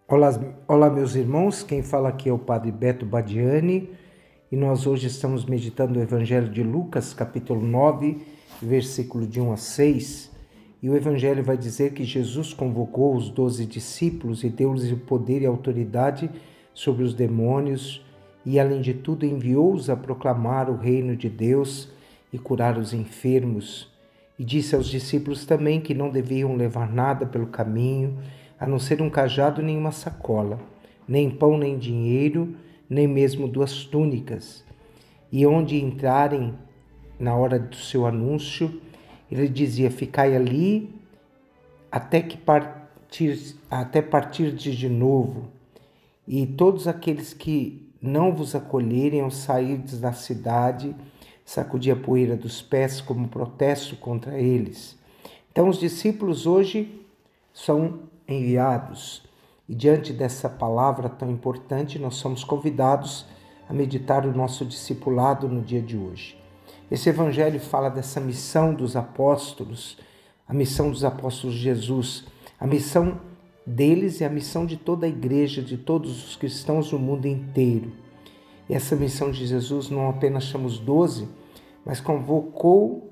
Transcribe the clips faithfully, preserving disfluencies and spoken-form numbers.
Olá, olá, meus irmãos, quem fala aqui é o Padre Beto Badiani e nós hoje estamos meditando o Evangelho de Lucas, capítulo nove, versículo de um a seis, e o Evangelho vai dizer que Jesus convocou os doze discípulos e deu-lhes o poder e autoridade sobre os demônios e, além de tudo, enviou-os a proclamar o reino de Deus e curar os enfermos. E disse aos discípulos também que não deviam levar nada pelo caminho, a não ser um cajado nem uma sacola, nem pão nem dinheiro, nem mesmo duas túnicas. E onde entrarem na hora do seu anúncio, ele dizia: ficai ali até que partir, até partir de novo. E todos aqueles que não vos acolherem ao sairdes da cidade, sacudi a poeira dos pés como protesto contra eles. Então os discípulos hoje são enviados. E diante dessa palavra tão importante, nós somos convidados a meditar o nosso discipulado no dia de hoje. Esse evangelho fala dessa missão dos apóstolos, a missão dos apóstolos de Jesus, a missão deles e a missão de toda a igreja, de todos os cristãos no mundo inteiro. E essa missão de Jesus não apenas chama os doze, mas convocou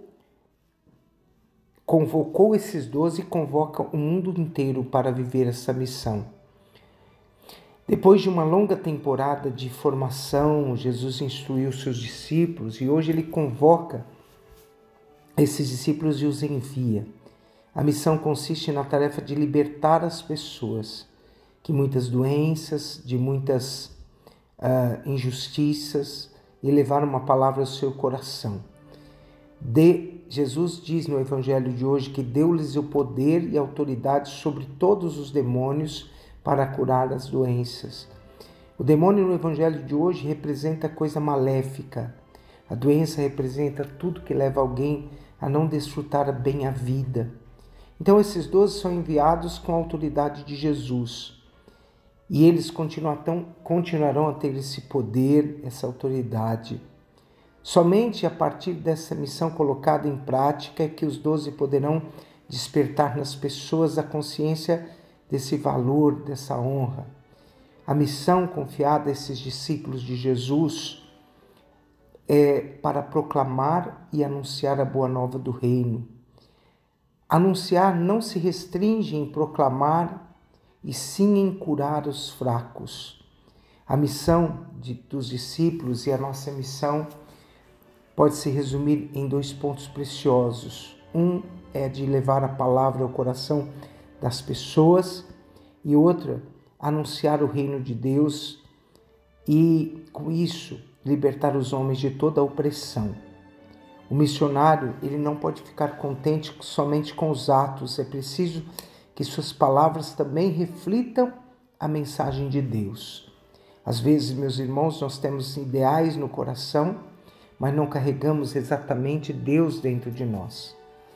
convocou esses doze e convoca o mundo inteiro para viver essa missão. Depois de uma longa temporada de formação, Jesus instruiu seus discípulos e hoje ele convoca esses discípulos e os envia. A missão consiste na tarefa de libertar as pessoas de muitas doenças, de muitas uh, injustiças e levar uma palavra ao seu coração. De, Jesus diz no Evangelho de hoje que deu-lhes o poder e autoridade sobre todos os demônios para curar as doenças. O demônio no Evangelho de hoje representa coisa maléfica. A doença representa tudo que leva alguém a não desfrutar bem a vida. Então esses doze são enviados com a autoridade de Jesus. E eles continuarão, continuarão a ter esse poder, essa autoridade. Somente a partir dessa missão colocada em prática é que os doze poderão despertar nas pessoas a consciência desse valor, dessa honra. A missão confiada a esses discípulos de Jesus é para proclamar e anunciar a boa nova do reino. Anunciar não se restringe em proclamar, e sim em curar os fracos. A missão de, dos discípulos e a nossa missão pode se resumir em dois pontos preciosos. Um é de levar a palavra ao coração das pessoas e outra, anunciar o reino de Deus e, com isso, libertar os homens de toda a opressão. O missionário, ele não pode ficar contente somente com os atos, é preciso que suas palavras também reflitam a mensagem de Deus. Às vezes, meus irmãos, nós temos ideais no coração, mas não carregamos exatamente Deus dentro de nós.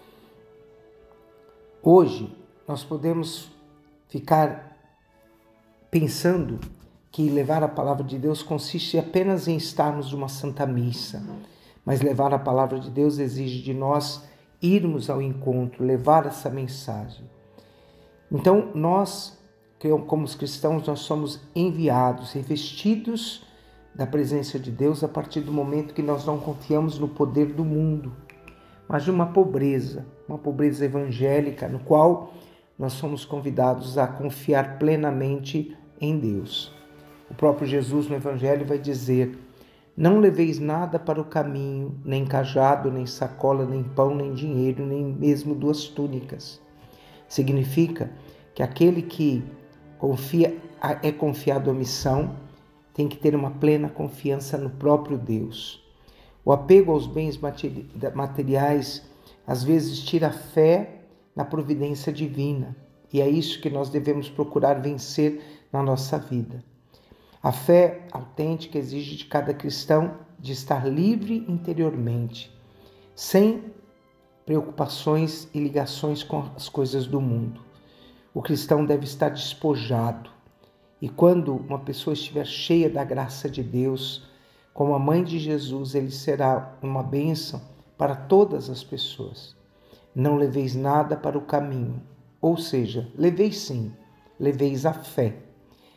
Hoje, nós podemos ficar pensando que levar a palavra de Deus consiste apenas em estarmos numa santa missa, mas levar a palavra de Deus exige de nós irmos ao encontro, levar essa mensagem. Então, nós, como os cristãos, nós somos enviados, revestidos da presença de Deus a partir do momento que nós não confiamos no poder do mundo, mas de uma pobreza, uma pobreza evangélica, no qual nós somos convidados a confiar plenamente em Deus. O próprio Jesus no Evangelho vai dizer: não leveis nada para o caminho, nem cajado, nem sacola, nem pão, nem dinheiro, nem mesmo duas túnicas. Significa que aquele que confia, é confiado à missão tem que ter uma plena confiança no próprio Deus. O apego aos bens materiais às vezes tira a fé na providência divina, e é isso que nós devemos procurar vencer na nossa vida. A fé autêntica exige de cada cristão de estar livre interiormente, sem preocupações e ligações com as coisas do mundo. O cristão deve estar despojado. E quando uma pessoa estiver cheia da graça de Deus, como a mãe de Jesus, ele será uma bênção para todas as pessoas. Não leveis nada para o caminho, ou seja, leveis sim, leveis a fé.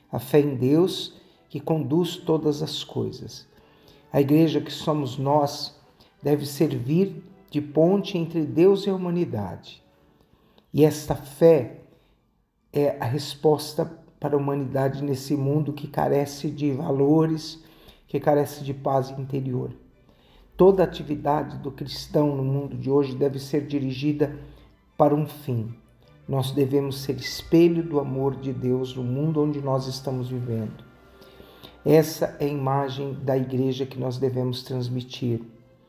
a fé em Deus que conduz todas as coisas. A igreja que somos nós deve servir de ponte entre Deus e a humanidade. E esta fé é a resposta para a humanidade nesse mundo que carece de valores, que carece de paz interior. Toda atividade do cristão no mundo de hoje deve ser dirigida para um fim. Nós devemos ser espelho do amor de Deus no mundo onde nós estamos vivendo. Essa é a imagem da igreja que nós devemos transmitir.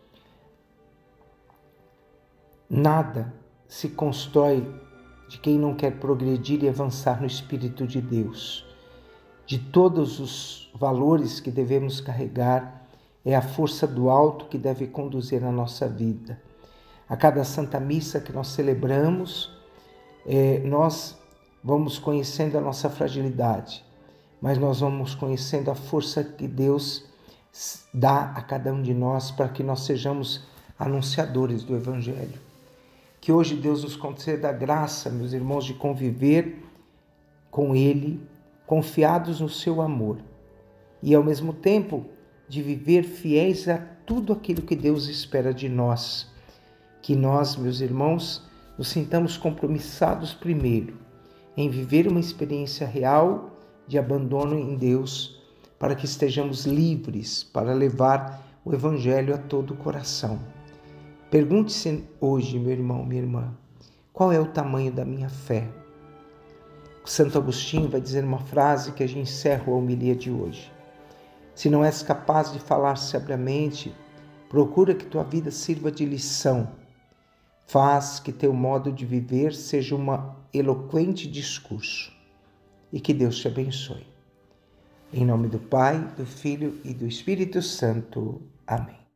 Nada se constrói de quem não quer progredir e avançar no Espírito de Deus. De todos os valores que devemos carregar, é a força do alto que deve conduzir a nossa vida. A cada Santa Missa que nós celebramos, é, nós vamos conhecendo a nossa fragilidade, mas nós vamos conhecendo a força que Deus dá a cada um de nós para que nós sejamos anunciadores do Evangelho. Que hoje Deus nos conceda a graça, meus irmãos, de conviver com Ele, confiados no seu amor, e ao mesmo tempo de viver fiéis a tudo aquilo que Deus espera de nós. Que nós, meus irmãos, nos sintamos compromissados primeiro em viver uma experiência real de abandono em Deus, para que estejamos livres para levar o Evangelho a todo o coração. Pergunte-se hoje, meu irmão, minha irmã, qual é o tamanho da minha fé? Santo Agostinho vai dizer uma frase que a gente encerra a homilia de hoje. Se não és capaz de falar sabiamente, procura que tua vida sirva de lição. Faz que teu modo de viver seja um eloquente discurso. E que Deus te abençoe. Em nome do Pai, do Filho e do Espírito Santo. Amém.